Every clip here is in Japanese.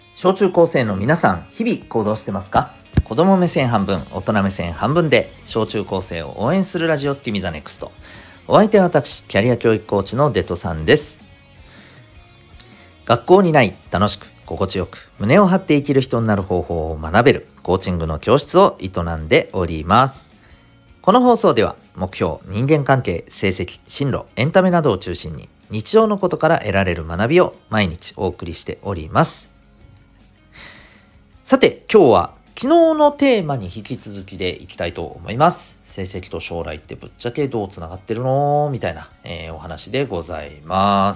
小中高生の皆さん、日々行動してますか？子供目線半分、大人目線半分で小中高生を応援するラジオ君ザネクスト。お相手は私、キャリア教育コーチのデトさんです。学校にない楽しく心地よく胸を張って生きる人になる方法を学べるコーチングの教室を営んでおります。この放送では目標、人間関係、成績、進路、エンタメなどを中心に日常のことから得られる学びを毎日お送りしております。さて、今日は昨日のテーマに引き続きでいきたいと思います。成績と将来ってぶっちゃけどうつながってるのみたいな、お話でございます。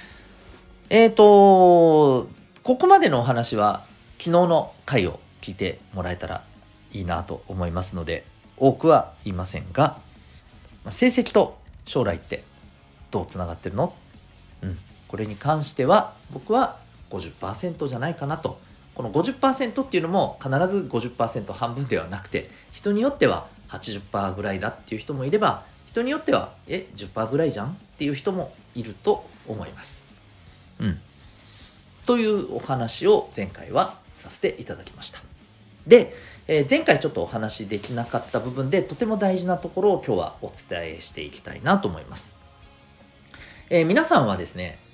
ここまでのお話は昨日の回を聞いてもらえたらいいなと思いますので、多くは言いませんが、成績と将来ってどうつながってるの？これに関しては僕は 50% じゃないかなと。この 50% っていうのも必ず 50% 半分ではなくて、人によっては 80% ぐらいだっていう人もいれば、人によっては10% ぐらいじゃんっていう人もいると思います。というお話を前回はさせていただきました。で、前回ちょっとお話できなかった部分でとても大事なところを今日はお伝えしていきたいなと思います。皆さんはですね、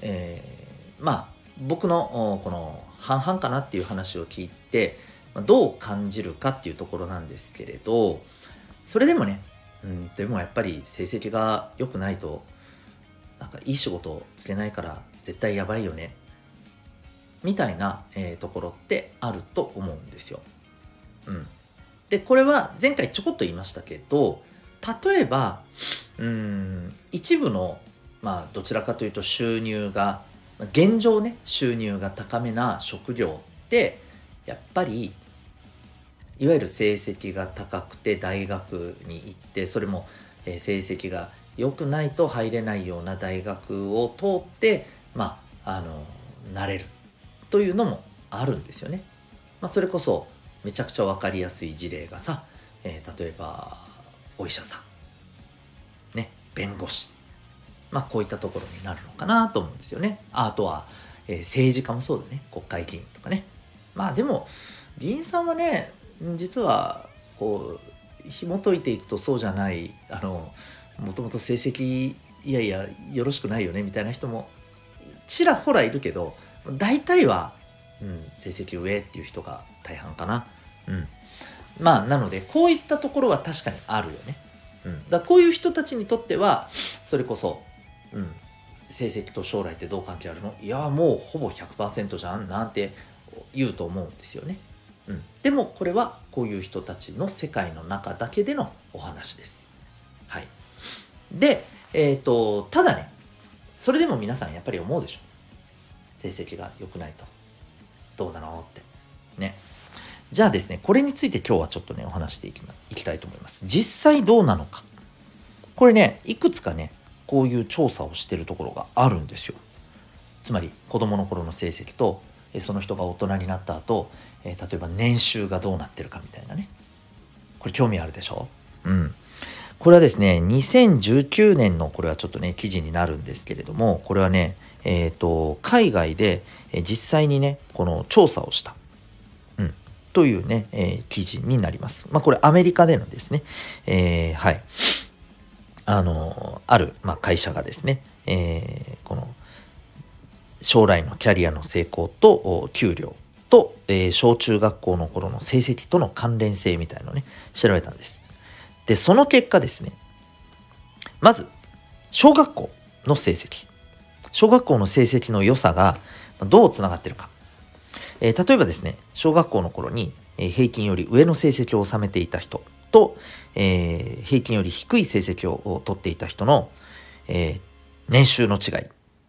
僕のこの半々かなっていう話を聞いてどう感じるかっていうところなんですけれど、それでもね、でもやっぱり成績が良くないとなんかいい仕事つけないから絶対やばいよねみたいな、ところってあると思うんですよ。でこれは前回ちょこっと言いましたけど、例えば一部のどちらかというと収入が現状ね、収入が高めな職業ってやっぱりいわゆる成績が高くて大学に行って、それも成績が良くないと入れないような大学を通ってなれるというのもあるんですよね。それこそめちゃくちゃ分かりやすい事例がさ、例えばお医者さんね、弁護士、こういったところになるのかなと思うんですよね。あとは、政治家もそうだね、国会議員とかね。でも議員さんはね、実はこう紐解いていくとそうじゃない、もともと成績いやいやよろしくないよねみたいな人もちらほらいるけど、大体は、成績上っていう人が大半かな。なのでこういったところは確かにあるよね。だからこういう人たちにとってはそれこそ成績と将来ってどう関係あるの？いやもうほぼ 100% じゃんなんて言うと思うんですよね。でもこれはこういう人たちの世界の中だけでのお話です。はい。で、ただね、それでも皆さんやっぱり思うでしょ。成績が良くないとどうなのってね。じゃあですね、これについて今日はちょっとねお話していきたいと思います。実際どうなのか。これね、いくつかねこういう調査をしてるところがあるんですよ。つまり子供の頃の成績とその人が大人になった後、例えば年収がどうなってるかみたいなね。これ興味あるでしょ？これはですね、2019年のこれはちょっとね記事になるんですけれども、これはね、海外で実際にねこの調査をした、というね、記事になります。これアメリカでのですね、はい。ある、会社がですね、この将来のキャリアの成功と給料と、小中学校の頃の成績との関連性みたいのをね調べたんです。でその結果ですね、まず小学校の成績の良さがどうつながっているか、例えばですね、小学校の頃に平均より上の成績を収めていた人と、平均より低い成績を取っていた人の、年収の違い、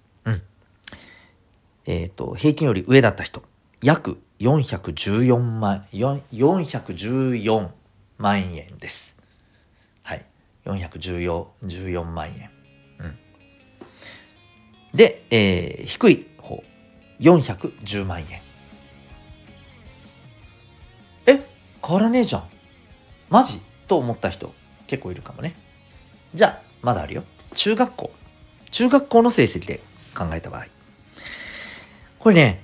平均より上だった人約414万円です。はい、414万円。で、低い方410万円。変わらねえじゃん、マジと思った人結構いるかもね。じゃあまだあるよ。中学校の成績で考えた場合、 これね、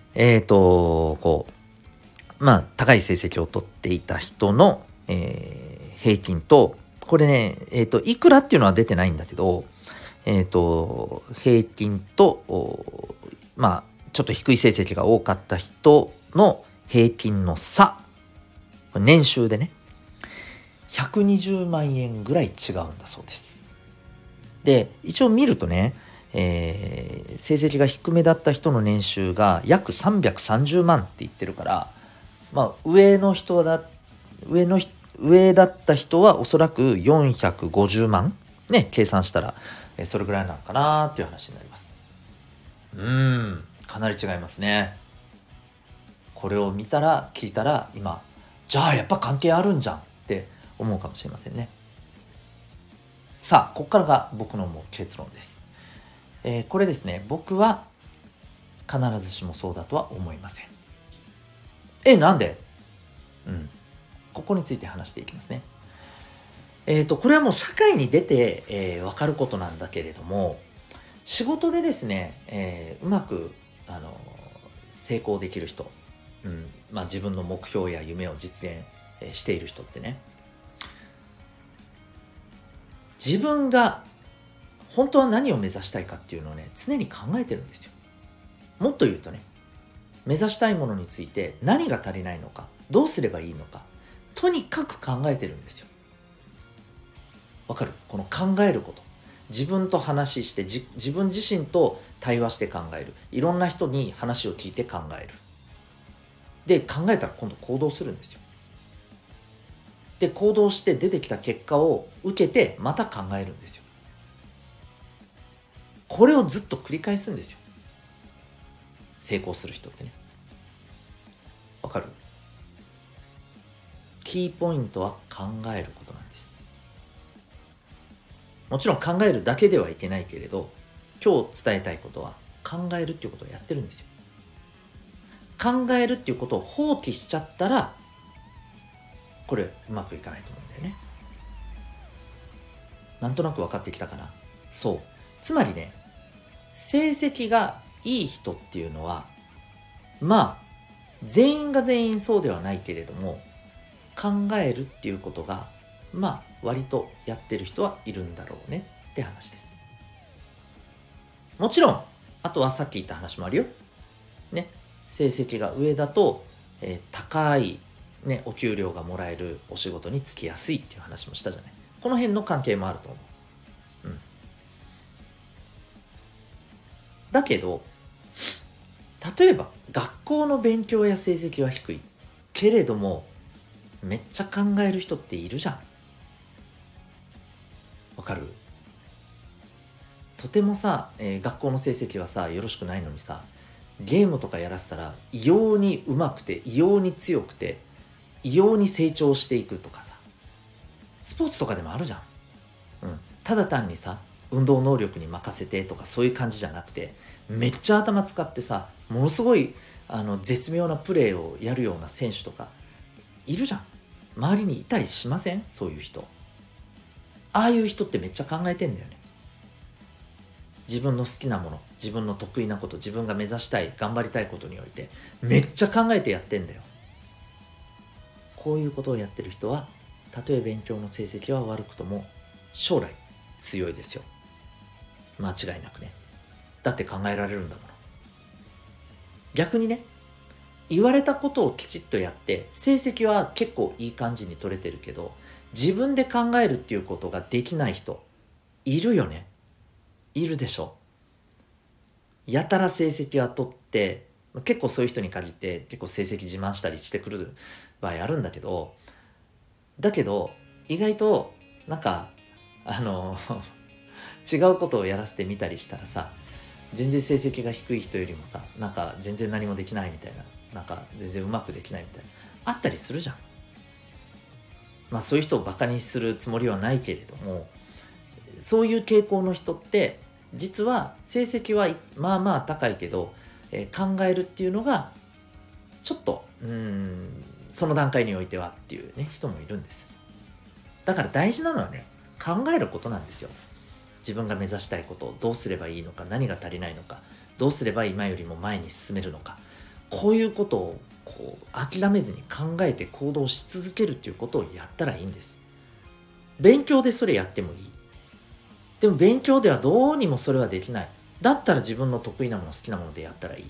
高い成績を取っていた人の、平均と、これね、いくらっていうのは出てないんだけど、平均と、ちょっと低い成績が多かった人の平均の差、年収でね、120万円ぐらい違うんだそうです。で、一応見るとね、成績が低めだった人の年収が約330万って言ってるから、上だった人はおそらく450万ね、計算したらそれぐらいなのかなっていう話になります。かなり違いますね。これを聞いたら今、じゃあやっぱ関係あるんじゃんって思うかもしれませんね。さあ、ここからが僕の思う結論です。これですね、僕は必ずしもそうだとは思いません。なんで？ここについて話していきますね。これはもう社会に出て、分かることなんだけれども、仕事でですね、うまく成功できる人、自分の目標や夢を実現、している人ってね、自分が本当は何を目指したいかっていうのをね、常に考えてるんですよ。もっと言うとね、目指したいものについて何が足りないのか、どうすればいいのか、とにかく考えてるんですよ。わかる？この考えること。自分と話して、自分自身と対話して考える。いろんな人に話を聞いて考える。で、考えたら今度行動するんですよ。で、行動して出てきた結果を受けてまた考えるんですよ。これをずっと繰り返すんですよ。成功する人ってね。わかる？キーポイントは考えることなんです。もちろん考えるだけではいけないけれど、今日伝えたいことは考えるっていうことをやってるんですよ。考えるっていうことを放棄しちゃったら、これうまくいかないと思うんだよね。なんとなく分かってきたかな。そう。つまりね、成績がいい人っていうのは、全員が全員そうではないけれども、考えるっていうことが、割とやってる人はいるんだろうねって話です。もちろん、あとはさっき言った話もあるよ。ね。成績が上だと、高い、ね、お給料がもらえるお仕事に就きやすいっていう話もしたじゃない。この辺の関係もあると思う。だけど、例えば学校の勉強や成績は低いけれども、めっちゃ考える人っているじゃん。わかる？とてもさ、学校の成績はさよろしくないのにさ、ゲームとかやらせたら異様に上手くて異様に強くて異様に成長していくとかさ、スポーツとかでもあるじゃん。ただ単にさ運動能力に任せてとかそういう感じじゃなくて、めっちゃ頭使ってさ、ものすごい絶妙なプレーをやるような選手とかいるじゃん。周りにいたりしません？そういう人。ああいう人ってめっちゃ考えてんだよね。自分の好きなもの、自分の得意なこと、自分が目指したい、頑張りたいことにおいてめっちゃ考えてやってんだよ。こういうことをやってる人は、たとえ勉強の成績は悪くとも将来強いですよ。間違いなくね。だって考えられるんだもの。逆にね、言われたことをきちっとやって成績は結構いい感じに取れてるけど、自分で考えるっていうことができない人いるよね。いるでしょ。やたら成績は取って、結構そういう人に限って結構成績自慢したりしてくる場合あるんだけど、意外となんか違うことをやらせてみたりしたらさ、全然成績が低い人よりもさ、なんか全然何もできないみたいな、なんか全然うまくできないみたいなあったりするじゃん。そういう人をバカにするつもりはないけれども、そういう傾向の人って実は成績はまあまあ高いけど、考えるっていうのがちょっとその段階においてはっていうね人もいるんです。だから大事なのはね、考えることなんですよ。 自分が目指したいことをどうすればいいのか、何が足りないのか、どうすれば今よりも前に進めるのか、こういうことを諦めずに考えて行動し続けるっていうことをやったらいいんです。勉強でそれやってもいい。でも勉強ではどうにもそれはできない。だったら自分の得意なもの、好きなものでやったらいい。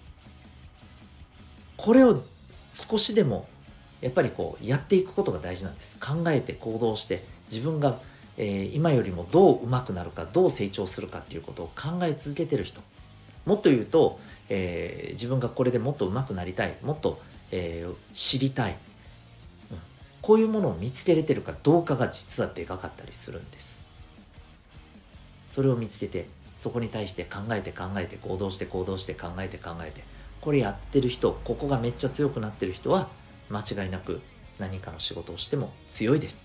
これを少しでもやっぱりやっていくことが大事なんです。考えて行動して自分が、今よりもどう上手くなるか、どう成長するかっていうことを考え続けてる人。もっと言うと、自分がこれでもっと上手くなりたい、もっと、知りたい、こういうものを見つけれてるかどうかが実はでかかったりするんです。それを見つけて、そこに対して考えて行動して考えてこれやってる人、ここがめっちゃ強くなってる人は間違いなく何かの仕事をしても強いです。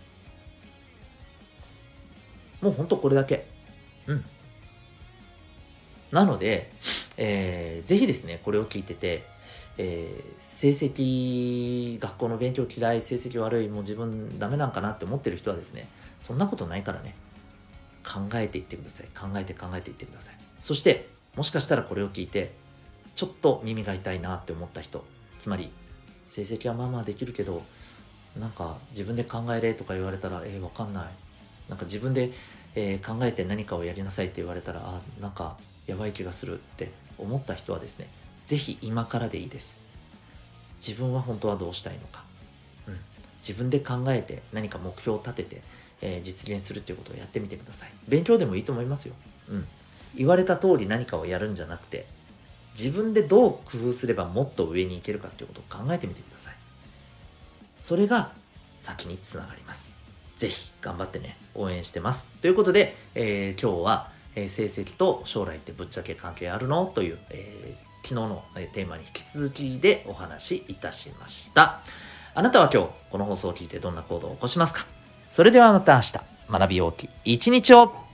もうほんとこれだけ。なので、ぜひですね、これを聞いてて、成績、学校の勉強嫌い、成績悪い、もう自分ダメなんかなって思ってる人はですね、そんなことないからね、考えていってください。考えていってください。そして、もしかしたらこれを聞いて、ちょっと耳が痛いなって思った人、つまり、成績はまあまあできるけど、なんか自分で考えれとか言われたら、わかんない。なんか自分で、考えて何かをやりなさいって言われたら、なんかやばい気がするって思った人はですね、ぜひ今からでいいです。自分は本当はどうしたいのか。自分で考えて何か目標を立てて、実現するっていうことをやってみてください。勉強でもいいと思いますよ。言われた通り何かをやるんじゃなくて、自分でどう工夫すればもっと上に行けるかっていうことを考えてみてください。それが先につながります。ぜひ頑張ってね、応援してます。ということで、今日は、成績と将来ってぶっちゃけ関係あるのという、昨日のテーマに引き続きでお話しいたしました。あなたは今日この放送を聞いてどんな行動を起こしますか？それではまた明日、学び大きい一日を。